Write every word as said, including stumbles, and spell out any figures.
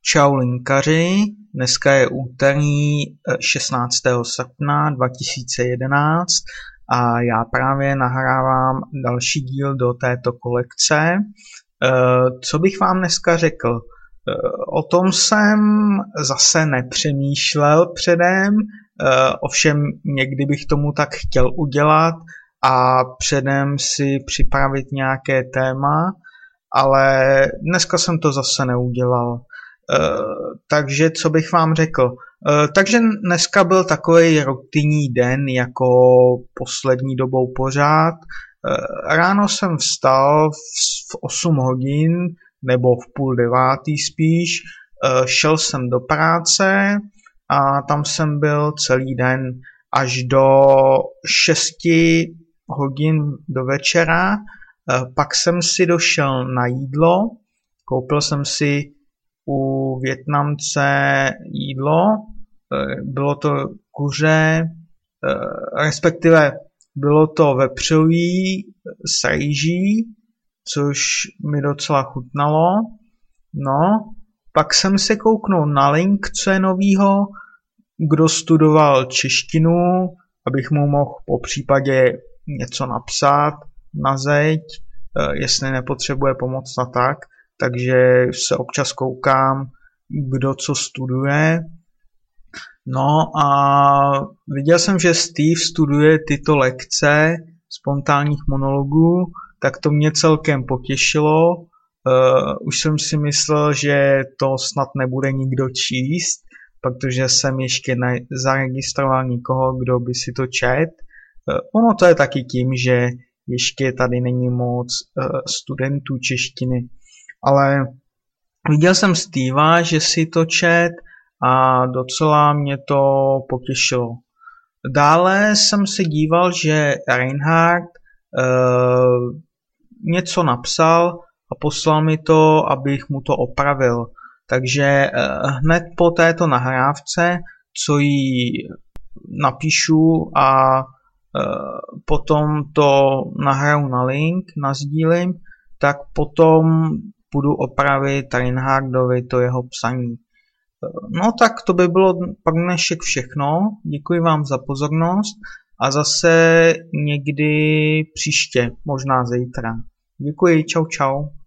Čau linkaři, dneska je úterý šestnáctého srpna dva tisíce jedenáct a já právě nahrávám další díl do této kolekce. Co bych vám dneska řekl? O tom jsem zase nepřemýšlel předem, ovšem někdy bych tomu tak chtěl udělat a předem si připravit nějaké téma, ale dneska jsem to zase neudělal. Uh, takže co bych vám řekl? Uh, takže dneska byl takový rutinní den jako poslední dobou pořád. Uh, ráno jsem vstal v, v osm hodin nebo v půl devátý spíš. Uh, šel jsem do práce a tam jsem byl celý den až do šesti hodin do večera. Uh, pak jsem si došel na jídlo, koupil jsem si u Vietnamce jídlo, bylo to kuře, respektive bylo to vepřový s rýží, což mi docela chutnalo. No, pak jsem se kouknul na link, co je novýho, kdo studoval češtinu, abych mu mohl po případě něco napsat na zeď, jestli nepotřebuje pomoc a tak. Takže se občas koukám, kdo co studuje. No a viděl jsem, že Steve studuje tyto lekce spontánních monologů, tak to mě celkem potěšilo. Uh, už jsem si myslel, že to snad nebude nikdo číst, protože jsem ještě nezaregistroval nikoho, kdo by si to čet. Uh, ono to je taky tím, že ještě tady není moc uh, studentů češtiny. Ale viděl jsem Steva, že si to čet a docela mě to potěšilo. Dále jsem se díval, že Reinhard uh, něco napsal a poslal mi to, abych mu to opravil. Takže uh, hned po této nahrávce, co ji napíšu a uh, potom to nahraju na link, nasdílím, tak potom budu opravit Reinhardovi to jeho psaní. No tak to by bylo pak dnešek všechno. Děkuji vám za pozornost a zase někdy příště, možná zítra. Děkuji, čau čau.